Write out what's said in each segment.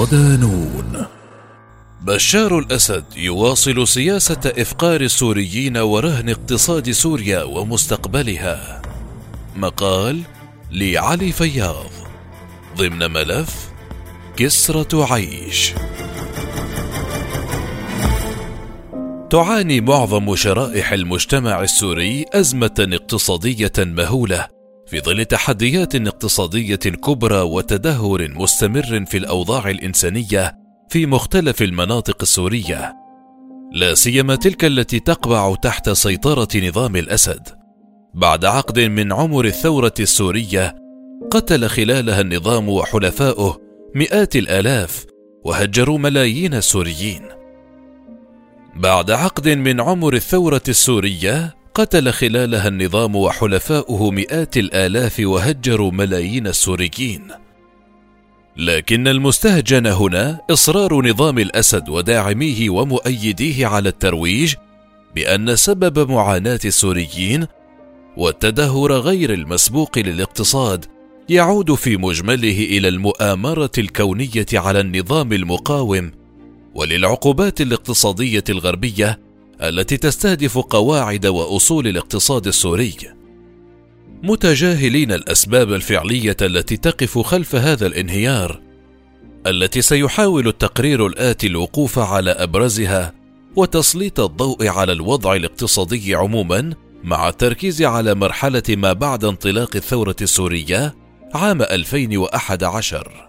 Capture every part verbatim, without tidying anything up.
صدانون. بشار الأسد يواصل سياسة إفقار السوريين ورهن اقتصاد سوريا ومستقبلها. مقال لعلي فياض ضمن ملف كسرة عيش. تعاني معظم شرائح المجتمع السوري أزمة اقتصادية مهولة في ظل تحديات اقتصادية كبرى وتدهور مستمر في الأوضاع الإنسانية في مختلف المناطق السورية، لا سيما تلك التي تقبع تحت سيطرة نظام الأسد. بعد عقد من عمر الثورة السورية قتل خلالها النظام وحلفاؤه مئات الآلاف وهجروا ملايين السوريين. بعد عقد من عمر الثورة السورية قتل خلالها النظام وحلفاؤه مئات الآلاف وهجروا ملايين السوريين. لكن المستهجن هنا إصرار نظام الأسد وداعميه ومؤيديه على الترويج بأن سبب معاناة السوريين والتدهور غير المسبوق للاقتصاد يعود في مجمله إلى المؤامرة الكونية على النظام المقاوم وللعقوبات الاقتصادية الغربية التي تستهدف قواعد وأصول الاقتصاد السوري، متجاهلين الأسباب الفعلية التي تقف خلف هذا الانهيار، التي سيحاول التقرير الآتي الوقوف على أبرزها وتسليط الضوء على الوضع الاقتصادي عموما، مع التركيز على مرحلة ما بعد انطلاق الثورة السورية عام ألفين وأحد عشر.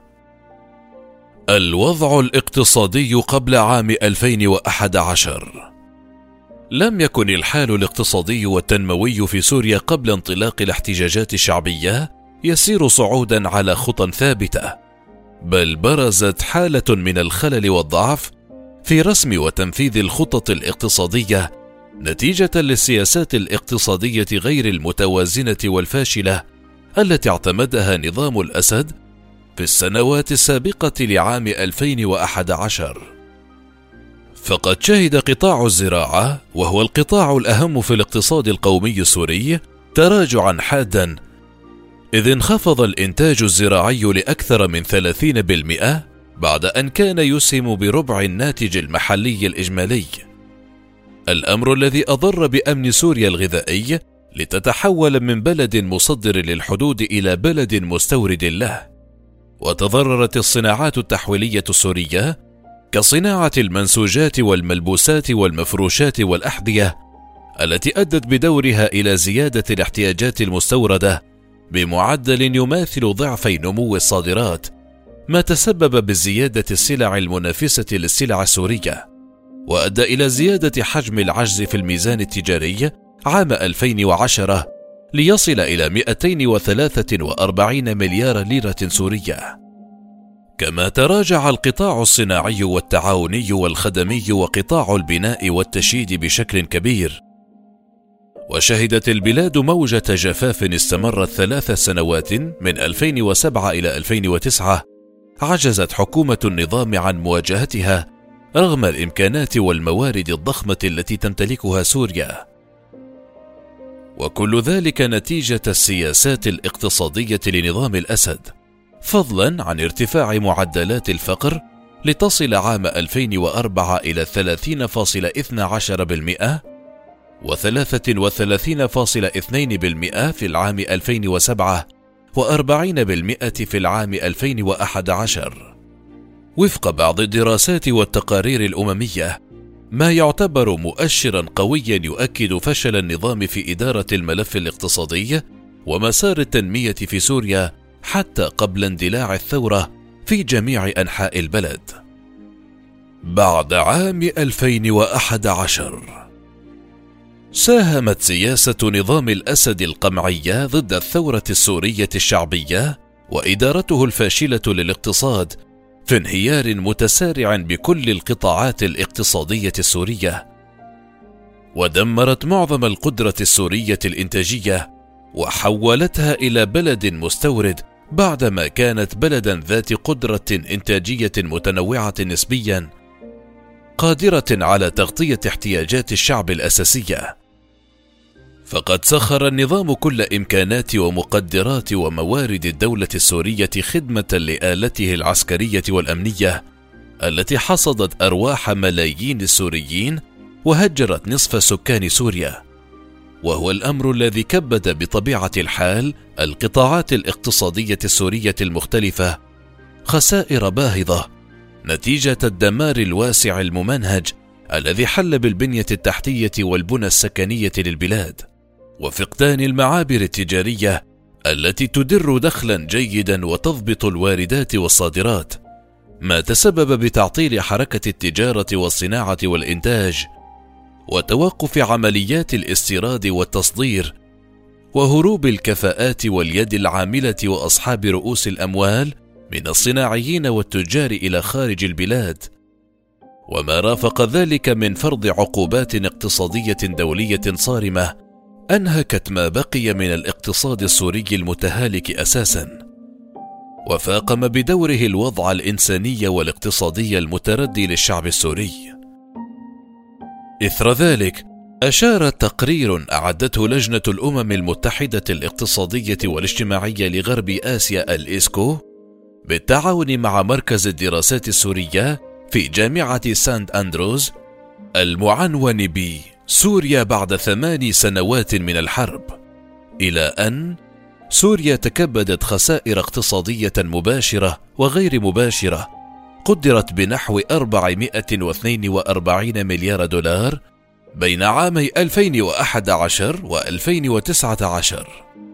الوضع الاقتصادي قبل عام ألفين وأحد عشر. لم يكن الحال الاقتصادي والتنموي في سوريا قبل انطلاق الاحتجاجات الشعبية يسير صعودا على خطى ثابتة، بل برزت حالة من الخلل والضعف في رسم وتنفيذ الخطط الاقتصادية نتيجة للسياسات الاقتصادية غير المتوازنة والفاشلة التي اعتمدها نظام الأسد في السنوات السابقة لعام ألفين وأحد عشر. فقد شهد قطاع الزراعة، وهو القطاع الأهم في الاقتصاد القومي السوري، تراجعا حادا، إذ انخفض الإنتاج الزراعي لأكثر من ثلاثين بالمئة بعد أن كان يسهم بربع الناتج المحلي الإجمالي، الأمر الذي أضر بأمن سوريا الغذائي لتتحول من بلد مصدر للحدود إلى بلد مستورد له. وتضررت الصناعات التحويلية السورية كصناعة المنسوجات والملبوسات والمفروشات والأحذية، التي أدت بدورها إلى زيادة الاحتياجات المستوردة بمعدل يماثل ضعفي نمو الصادرات، ما تسبب بزيادة السلع المنافسة للسلع السورية، وأدى إلى زيادة حجم العجز في الميزان التجاري عام ألفين وعشرة ليصل إلى مئتين وثلاثة وأربعين مليار ليرة سورية. كما تراجع القطاع الصناعي والتعاوني والخدمي وقطاع البناء والتشييد بشكل كبير، وشهدت البلاد موجة جفاف استمرت ثلاث سنوات من ألفين وسبعة إلى ألفين وتسعة عجزت حكومة النظام عن مواجهتها رغم الإمكانات والموارد الضخمة التي تمتلكها سوريا، وكل ذلك نتيجة السياسات الاقتصادية لنظام الأسد، فضلا عن ارتفاع معدلات الفقر لتصل عام ألفين وأربعة إلى ثلاثين فاصلة اثني عشر بالمئة وثلاثة وثلاثين فاصلة اثنين بالمئة في العام ألفين وسبعة وأربعين بالمئة في العام ألفين وأحد عشر، وفق بعض الدراسات والتقارير الأممية، ما يعتبر مؤشرا قويا يؤكد فشل النظام في إدارة الملف الاقتصادي ومسار التنمية في سوريا حتى قبل اندلاع الثورة في جميع أنحاء البلد. بعد عام ألفين وأحد عشر ساهمت سياسة نظام الأسد القمعية ضد الثورة السورية الشعبية وإدارته الفاشلة للاقتصاد في انهيار متسارع بكل القطاعات الاقتصادية السورية، ودمرت معظم القدرة السورية الإنتاجية وحولتها إلى بلد مستورد بعدما كانت بلدا ذات قدرة إنتاجية متنوعة نسبيا قادرة على تغطية احتياجات الشعب الأساسية. فقد سخر النظام كل إمكانات ومقدرات وموارد الدولة السورية خدمة لآلته العسكرية والأمنية التي حصدت أرواح ملايين السوريين وهجرت نصف سكان سوريا، وهو الأمر الذي كبد بطبيعة الحال القطاعات الاقتصادية السورية المختلفة خسائر باهظة نتيجة الدمار الواسع الممنهج الذي حل بالبنية التحتية والبنى السكنية للبلاد، وفقدان المعابر التجارية التي تدر دخلا جيدا وتضبط الواردات والصادرات، ما تسبب بتعطيل حركة التجارة والصناعة والإنتاج، وتوقف عمليات الاستيراد والتصدير، وهروب الكفاءات واليد العاملة وأصحاب رؤوس الأموال من الصناعيين والتجار إلى خارج البلاد، وما رافق ذلك من فرض عقوبات اقتصادية دولية صارمة أنهكت ما بقي من الاقتصاد السوري المتهالك أساسا، وفاقم بدوره الوضع الإنساني والاقتصادي المتردي للشعب السوري. إثر ذلك أشار تقرير أعدته لجنة الأمم المتحدة الاقتصادية والاجتماعية لغرب آسيا الإسكو بالتعاون مع مركز الدراسات السورية في جامعة سانت أندروز المعنون بسوريا بعد ثمان سنوات من الحرب، إلى أن سوريا تكبدت خسائر اقتصادية مباشرة وغير مباشرة قدرت بنحو أربعمائة واثنين وأربعين مليار دولار بين عامي ألفين وأحد عشر وألفين وتسعة عشر.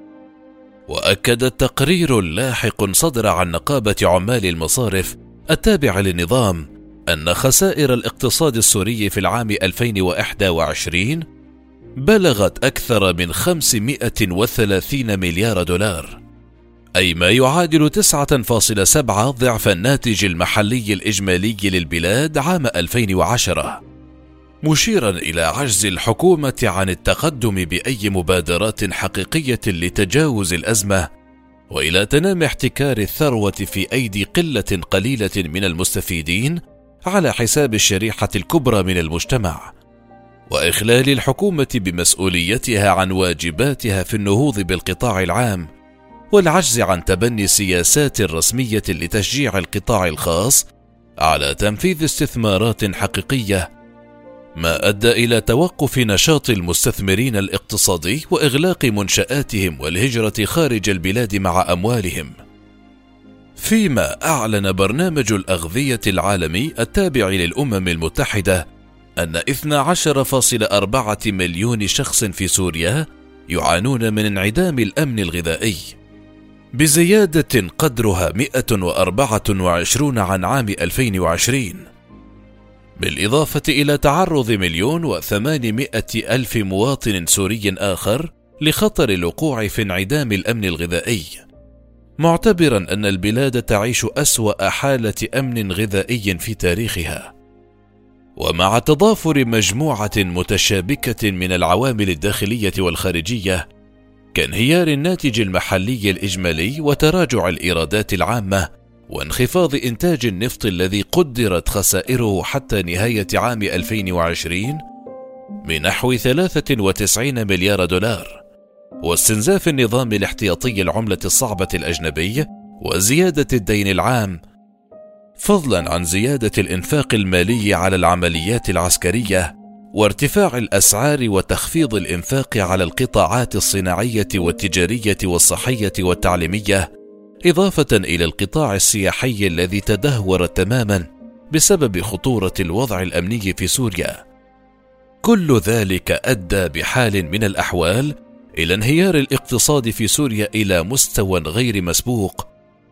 وأكد التقرير لاحق صدر عن نقابة عمال المصارف التابع للنظام أن خسائر الاقتصاد السوري في العام ألفين وإحدى وعشرين بلغت أكثر من خمسمائة وثلاثين مليار دولار، أي ما يعادل تسعة فاصلة سبعة ضعف الناتج المحلي الإجمالي للبلاد عام ألفين وعشرة، مشيرا إلى عجز الحكومة عن التقدم بأي مبادرات حقيقية لتجاوز الأزمة، وإلى تنامي احتكار الثروة في أيدي قلة قليلة من المستفيدين على حساب الشريحة الكبرى من المجتمع، وإخلال الحكومة بمسؤوليتها عن واجباتها في النهوض بالقطاع العام، والعجز عن تبني سياسات رسمية لتشجيع القطاع الخاص على تنفيذ استثمارات حقيقية، ما أدى إلى توقف نشاط المستثمرين الاقتصادي وإغلاق منشآتهم والهجرة خارج البلاد مع أموالهم. فيما أعلن برنامج الأغذية العالمي التابع للأمم المتحدة أن اثني عشر فاصلة أربعة مليون شخص في سوريا يعانون من انعدام الأمن الغذائي، بزيادة قدرها مئة وأربعة وعشرين عن عام ألفين وعشرين، بالإضافة إلى تعرض مليون وثمانمائة ألف مواطن سوري آخر لخطر الوقوع في انعدام الأمن الغذائي، معتبرا أن البلاد تعيش أسوأ حالة أمن غذائي في تاريخها. ومع تضافر مجموعة متشابكة من العوامل الداخلية والخارجية كانهيار الناتج المحلي الإجمالي وتراجع الإيرادات العامة وانخفاض إنتاج النفط الذي قدرت خسائره حتى نهاية عام ألفين وعشرين بنحو ثلاثة وتسعين مليار دولار، واستنزاف النظام الاحتياطي العملة الصعبة الأجنبي وزيادة الدين العام، فضلا عن زيادة الإنفاق المالي على العمليات العسكرية وارتفاع الأسعار وتخفيض الإنفاق على القطاعات الصناعية والتجارية والصحية والتعليمية، إضافة إلى القطاع السياحي الذي تدهور تماما بسبب خطورة الوضع الأمني في سوريا. كل ذلك أدى بحال من الأحوال إلى انهيار الاقتصاد في سوريا إلى مستوى غير مسبوق.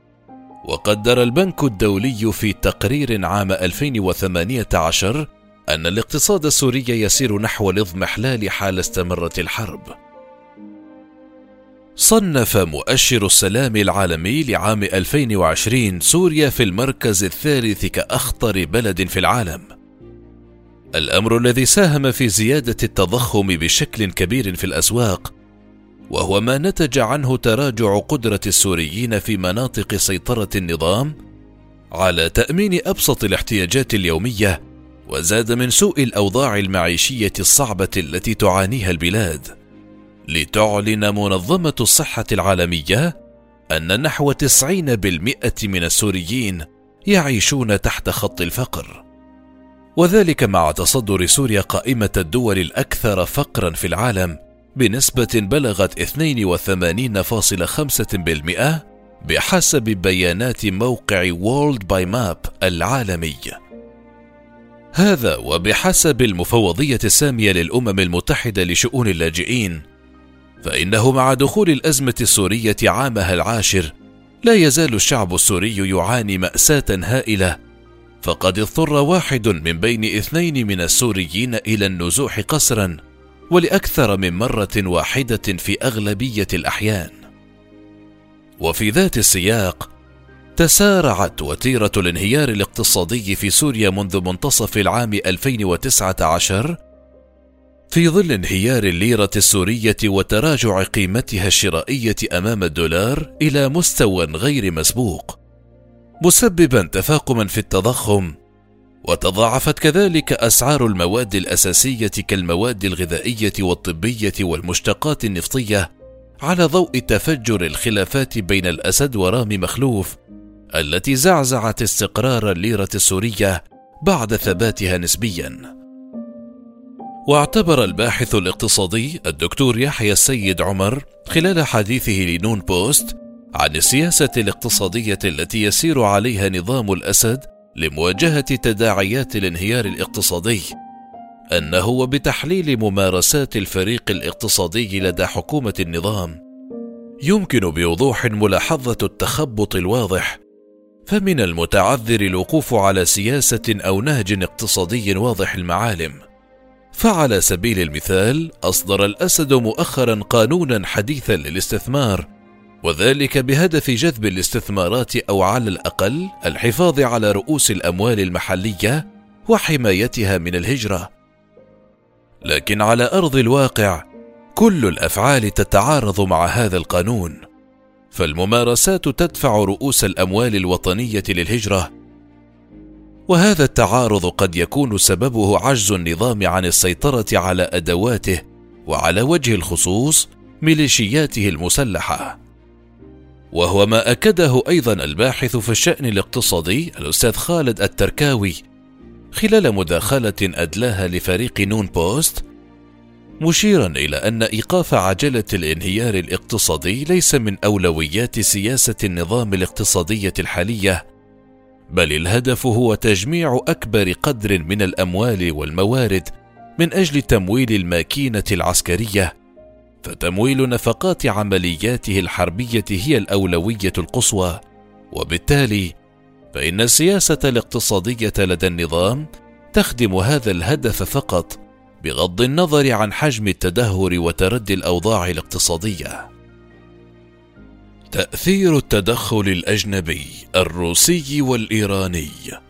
وقدر البنك الدولي في تقرير عام ألفين وثمانية عشر أن الاقتصاد السوري يسير نحو الاضمحلال حال استمرت الحرب. صنف مؤشر السلام العالمي لعام ألفين وعشرين سوريا في المركز الثالث كأخطر بلد في العالم، الأمر الذي ساهم في زيادة التضخم بشكل كبير في الأسواق، وهو ما نتج عنه تراجع قدرة السوريين في مناطق سيطرة النظام على تأمين أبسط الاحتياجات اليومية، وزاد من سوء الأوضاع المعيشية الصعبة التي تعانيها البلاد. لتعلن منظمة الصحة العالمية أن نحو تسعين بالمئة من السوريين يعيشون تحت خط الفقر، وذلك مع تصدر سوريا قائمة الدول الأكثر فقرا في العالم بنسبة بلغت اثنين وثمانين فاصلة خمسة بالمئة بحسب بيانات موقع وورلد باي ماب العالمي. هذا وبحسب المفوضية السامية للأمم المتحدة لشؤون اللاجئين، فإنه مع دخول الأزمة السورية عامها العاشر لا يزال الشعب السوري يعاني مأساة هائلة، فقد اضطر واحد من بين اثنين من السوريين إلى النزوح قسرا ولأكثر من مرة واحدة في أغلبية الأحيان. وفي ذات السياق تسارعت وتيرة الانهيار الاقتصادي في سوريا منذ منتصف العام ألفين وتسعة عشر في ظل انهيار الليرة السورية وتراجع قيمتها الشرائية أمام الدولار إلى مستوى غير مسبوق، مسببا تفاقما في التضخم، وتضاعفت كذلك أسعار المواد الأساسية كالمواد الغذائية والطبية والمشتقات النفطية على ضوء تفجر الخلافات بين الأسد ورامي مخلوف التي زعزعت استقرار الليرة السورية بعد ثباتها نسبيا. واعتبر الباحث الاقتصادي الدكتور يحيى السيد عمر خلال حديثه لنون بوست عن السياسة الاقتصادية التي يسير عليها نظام الأسد لمواجهة تداعيات الانهيار الاقتصادي أنه وبتحليل ممارسات الفريق الاقتصادي لدى حكومة النظام يمكن بوضوح ملاحظة التخبط الواضح، فمن المتعذر الوقوف على سياسة أو نهج اقتصادي واضح المعالم. فعلى سبيل المثال أصدر الأسد مؤخرا قانونا حديثا للاستثمار، وذلك بهدف جذب الاستثمارات أو على الأقل الحفاظ على رؤوس الأموال المحلية وحمايتها من الهجرة. لكن على أرض الواقع كل الأفعال تتعارض مع هذا القانون، فالممارسات تدفع رؤوس الأموال الوطنية للهجرة، وهذا التعارض قد يكون سببه عجز النظام عن السيطرة على أدواته وعلى وجه الخصوص ميليشياته المسلحة. وهو ما أكده أيضا الباحث في الشأن الاقتصادي الأستاذ خالد التركاوي خلال مداخلة أدلاها لفريق نون بوست، مشيرا إلى أن إيقاف عجلة الانهيار الاقتصادي ليس من أولويات سياسة النظام الاقتصادية الحالية، بل الهدف هو تجميع أكبر قدر من الأموال والموارد من أجل تمويل الماكينة العسكرية، فتمويل نفقات عملياته الحربية هي الأولوية القصوى. وبالتالي فإن السياسة الاقتصادية لدى النظام تخدم هذا الهدف فقط، بغض النظر عن حجم التدهور وتردي الأوضاع الاقتصادية. تأثير التدخل الأجنبي الروسي والإيراني.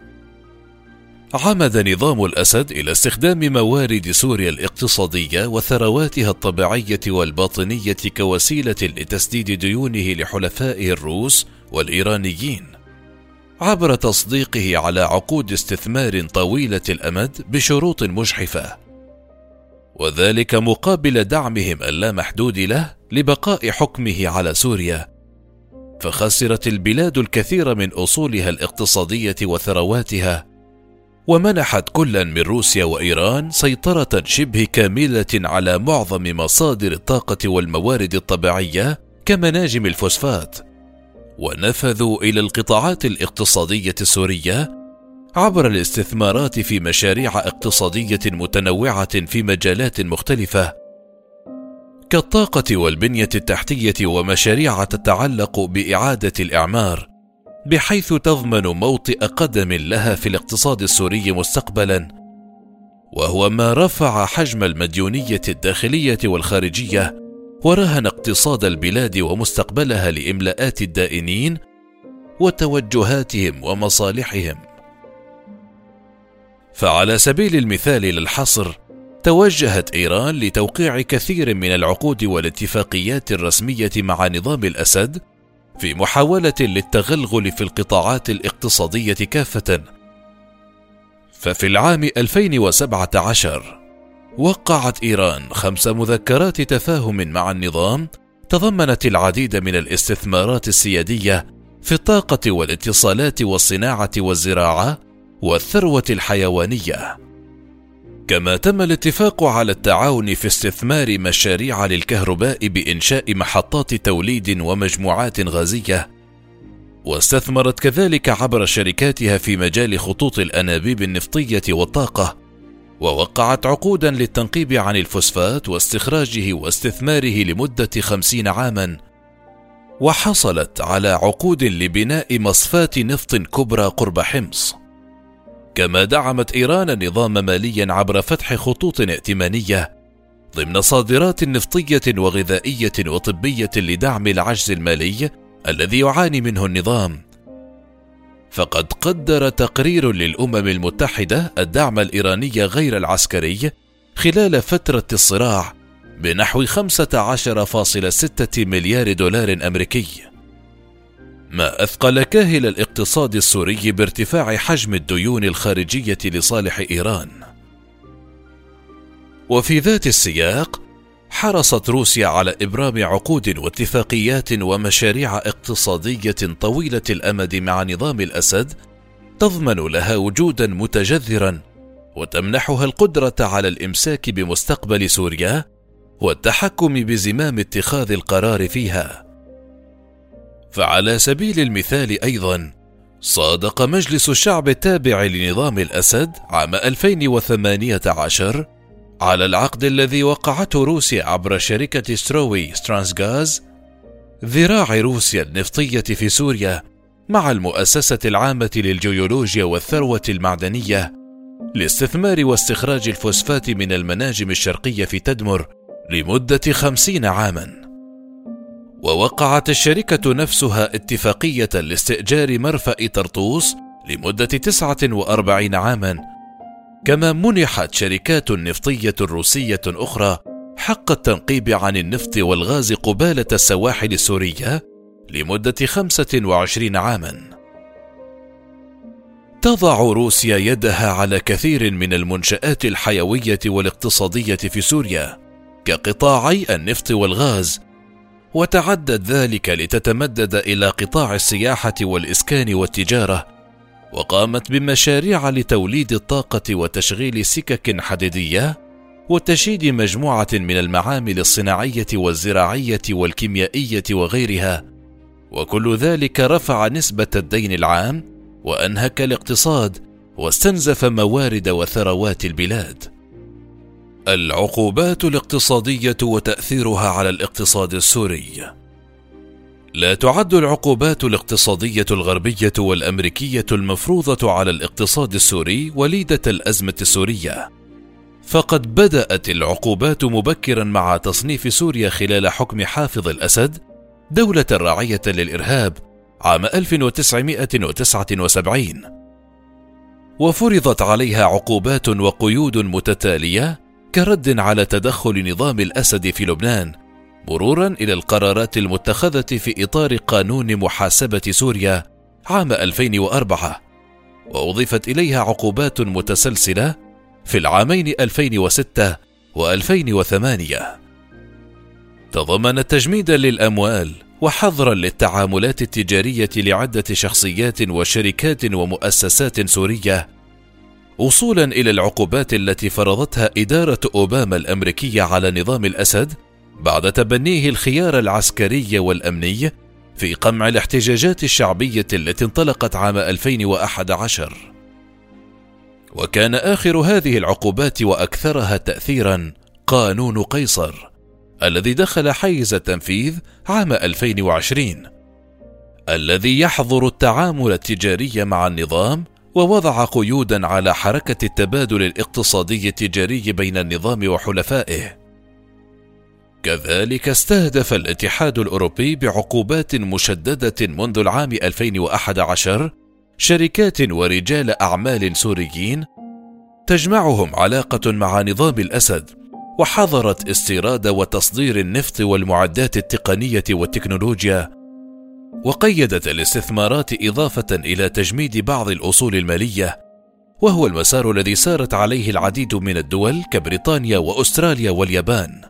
عمد نظام الأسد إلى استخدام موارد سوريا الاقتصادية وثرواتها الطبيعية والباطنية كوسيلة لتسديد ديونه لحلفائه الروس والإيرانيين، عبر تصديقه على عقود استثمار طويلة الأمد بشروط مجحفة، وذلك مقابل دعمهم اللامحدود له لبقاء حكمه على سوريا. فخسرت البلاد الكثير من أصولها الاقتصادية وثرواتها، ومنحت كلا من روسيا وإيران سيطرة شبه كاملة على معظم مصادر الطاقة والموارد الطبيعية كمناجم الفوسفات، ونفذوا إلى القطاعات الاقتصادية السورية عبر الاستثمارات في مشاريع اقتصادية متنوعة في مجالات مختلفة كالطاقة والبنية التحتية، ومشاريع تتعلق بإعادة الإعمار، بحيث تضمن موطئ قدم لها في الاقتصاد السوري مستقبلا، وهو ما رفع حجم المديونية الداخلية والخارجية، ورهن اقتصاد البلاد ومستقبلها لإملاءات الدائنين وتوجهاتهم ومصالحهم. فعلى سبيل المثال للحصر، توجهت إيران لتوقيع كثير من العقود والاتفاقيات الرسمية مع نظام الأسد في محاولة للتغلغل في القطاعات الاقتصادية كافة. ففي العام ألفين وسبعة عشر وقعت إيران خمس مذكرات تفاهم مع النظام تضمنت العديد من الاستثمارات السيادية في الطاقة والاتصالات والصناعة والزراعة والثروة الحيوانية. كما تم الاتفاق على التعاون في استثمار مشاريع للكهرباء بإنشاء محطات توليد ومجموعات غازية، واستثمرت كذلك عبر شركاتها في مجال خطوط الأنابيب النفطية والطاقة، ووقعت عقودا للتنقيب عن الفوسفات واستخراجه واستثماره لمدة خمسين عاما، وحصلت على عقود لبناء مصفاة نفط كبرى قرب حمص. كما دعمت إيران النظام ماليا عبر فتح خطوط ائتمانية ضمن صادرات نفطية وغذائية وطبية لدعم العجز المالي الذي يعاني منه النظام. فقد قدر تقرير للأمم المتحدة الدعم الإيراني غير العسكري خلال فترة الصراع بنحو خمسة عشر فاصلة ستة مليار دولار أمريكي، ما أثقل كاهل الاقتصاد السوري بارتفاع حجم الديون الخارجية لصالح إيران. وفي ذات السياق، حرصت روسيا على إبرام عقود واتفاقيات ومشاريع اقتصادية طويلة الأمد مع نظام الأسد تضمن لها وجودا متجذرا وتمنحها القدرة على الإمساك بمستقبل سوريا والتحكم بزمام اتخاذ القرار فيها. فعلى سبيل المثال أيضا، صادق مجلس الشعب التابع لنظام الأسد عام ألفين وثمانية عشر على العقد الذي وقعته روسيا عبر شركة ستروي سترانسغاز ذراع روسيا النفطية في سوريا مع المؤسسة العامة للجيولوجيا والثروة المعدنية لاستثمار واستخراج الفوسفات من المناجم الشرقية في تدمر لمدة خمسين عاما. ووقعت الشركة نفسها اتفاقية لاستئجار مرفأ طرطوس لمدة تسعة وأربعين عاما. كما منحت شركات نفطية روسية أخرى حق التنقيب عن النفط والغاز قبالة السواحل السورية لمدة خمسة وعشرين عاما. تضع روسيا يدها على كثير من المنشآت الحيوية والاقتصادية في سوريا كقطاعي النفط والغاز، وتعدد ذلك لتتمدد إلى قطاع السياحة والإسكان والتجارة، وقامت بمشاريع لتوليد الطاقة وتشغيل سكك حديدية وتشييد مجموعة من المعامل الصناعية والزراعية والكيميائية وغيرها، وكل ذلك رفع نسبة الدين العام وأنهك الاقتصاد واستنزف موارد وثروات البلاد. العقوبات الاقتصادية وتأثيرها على الاقتصاد السوري. لا تعد العقوبات الاقتصادية الغربية والأمريكية المفروضة على الاقتصاد السوري وليدة الأزمة السورية، فقد بدأت العقوبات مبكرا مع تصنيف سوريا خلال حكم حافظ الأسد دولة راعية للإرهاب عام ألف وتسعمائة وتسعة وسبعين، وفرضت عليها عقوبات وقيود متتالية كرد على تدخل نظام الأسد في لبنان، مرورا إلى القرارات المتخذة في إطار قانون محاسبة سوريا عام ألفين وأربعة، وأضيفت إليها عقوبات متسلسلة في العامين ألفين وستة وألفين وثمانية، تضمنت تجميدا للأموال وحظرا للتعاملات التجارية لعدة شخصيات وشركات ومؤسسات سورية، وصولا إلى العقوبات التي فرضتها إدارة أوباما الأمريكية على نظام الأسد بعد تبنيه الخيار العسكري والأمني في قمع الاحتجاجات الشعبية التي انطلقت عام ألفين وأحد عشر. وكان آخر هذه العقوبات وأكثرها تأثيرا قانون قيصر الذي دخل حيز التنفيذ عام ألفين وعشرين، الذي يحظر التعامل التجاري مع النظام ووضع قيودا على حركة التبادل الاقتصادي التجاري بين النظام وحلفائه. كذلك استهدف الاتحاد الأوروبي بعقوبات مشددة منذ العام ألفين وأحد عشر شركات ورجال أعمال سوريين تجمعهم علاقة مع نظام الأسد، وحظرت استيراد وتصدير النفط والمعدات التقنية والتكنولوجيا، وقيدت الاستثمارات إضافة إلى تجميد بعض الأصول المالية، وهو المسار الذي سارت عليه العديد من الدول كبريطانيا وأستراليا واليابان.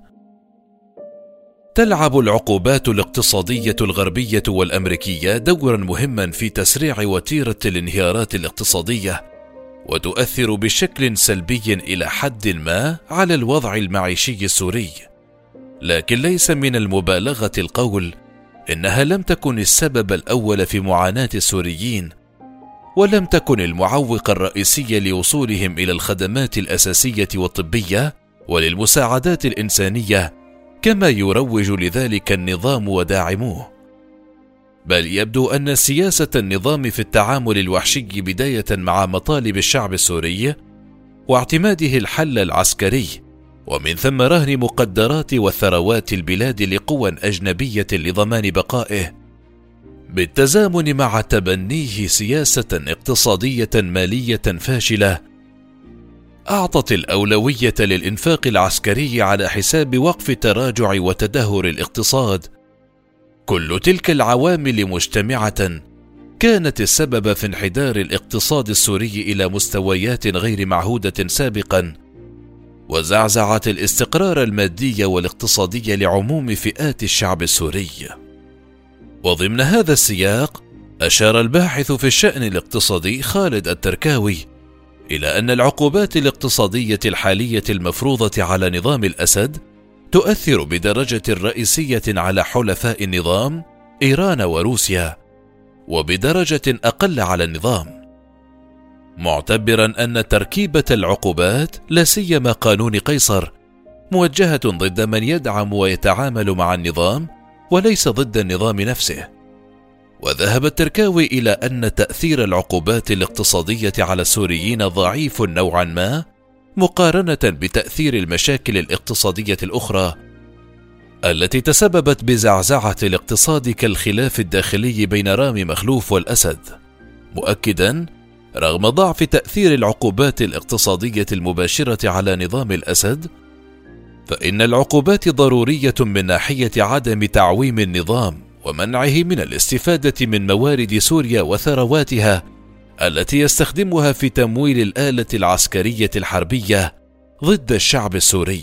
تلعب العقوبات الاقتصادية الغربية والأمريكية دورا مهما في تسريع وتيرة الانهيارات الاقتصادية، وتؤثر بشكل سلبي إلى حد ما على الوضع المعيشي السوري، لكن ليس من المبالغة القول إنها لم تكن السبب الأول في معاناة السوريين، ولم تكن المعوق الرئيسي لوصولهم إلى الخدمات الأساسية والطبية وللمساعدات الإنسانية كما يروج لذلك النظام وداعموه، بل يبدو أن سياسة النظام في التعامل الوحشي بداية مع مطالب الشعب السوري واعتماده الحل العسكري، ومن ثم رهن مقدرات وثروات البلاد لقوى أجنبية لضمان بقائه، بالتزامن مع تبنيه سياسة اقتصادية مالية فاشلة أعطت الأولوية للإنفاق العسكري على حساب وقف تراجع وتدهور الاقتصاد. كل تلك العوامل مجتمعة كانت السبب في انحدار الاقتصاد السوري إلى مستويات غير معهودة سابقا، وزعزعت الاستقرار المادي والاقتصادي لعموم فئات الشعب السوري. وضمن هذا السياق أشار الباحث في الشأن الاقتصادي خالد التركاوي إلى أن العقوبات الاقتصادية الحالية المفروضة على نظام الأسد تؤثر بدرجة رئيسية على حلفاء النظام إيران وروسيا، وبدرجة أقل على النظام، معتبرا أن تركيبة العقوبات لا سيما قانون قيصر موجهة ضد من يدعم ويتعامل مع النظام وليس ضد النظام نفسه. وذهب التركاوي إلى أن تأثير العقوبات الاقتصادية على السوريين ضعيف نوعا ما مقارنة بتأثير المشاكل الاقتصادية الأخرى التي تسببت بزعزعة الاقتصاد كالخلاف الداخلي بين رامي مخلوف والأسد، مؤكدا رغم ضعف تأثير العقوبات الاقتصادية المباشرة على نظام الأسد فإن العقوبات ضرورية من ناحية عدم تعويم النظام ومنعه من الاستفادة من موارد سوريا وثرواتها التي يستخدمها في تمويل الآلة العسكرية الحربية ضد الشعب السوري.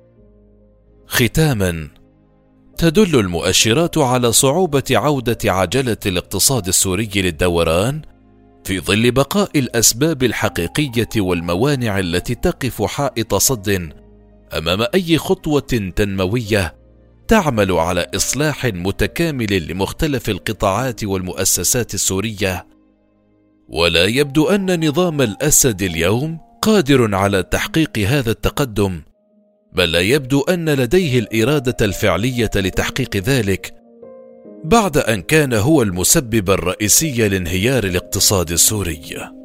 ختاما، تدل المؤشرات على صعوبة عودة عجلة الاقتصاد السوري للدوران في ظل بقاء الأسباب الحقيقية والموانع التي تقف حائط صد أمام أي خطوة تنموية تعمل على إصلاح متكامل لمختلف القطاعات والمؤسسات السورية. ولا يبدو أن نظام الأسد اليوم قادر على تحقيق هذا التقدم، بل لا يبدو أن لديه الإرادة الفعلية لتحقيق ذلك، بعد أن كان هو المسبب الرئيسي لانهيار الاقتصاد السوري.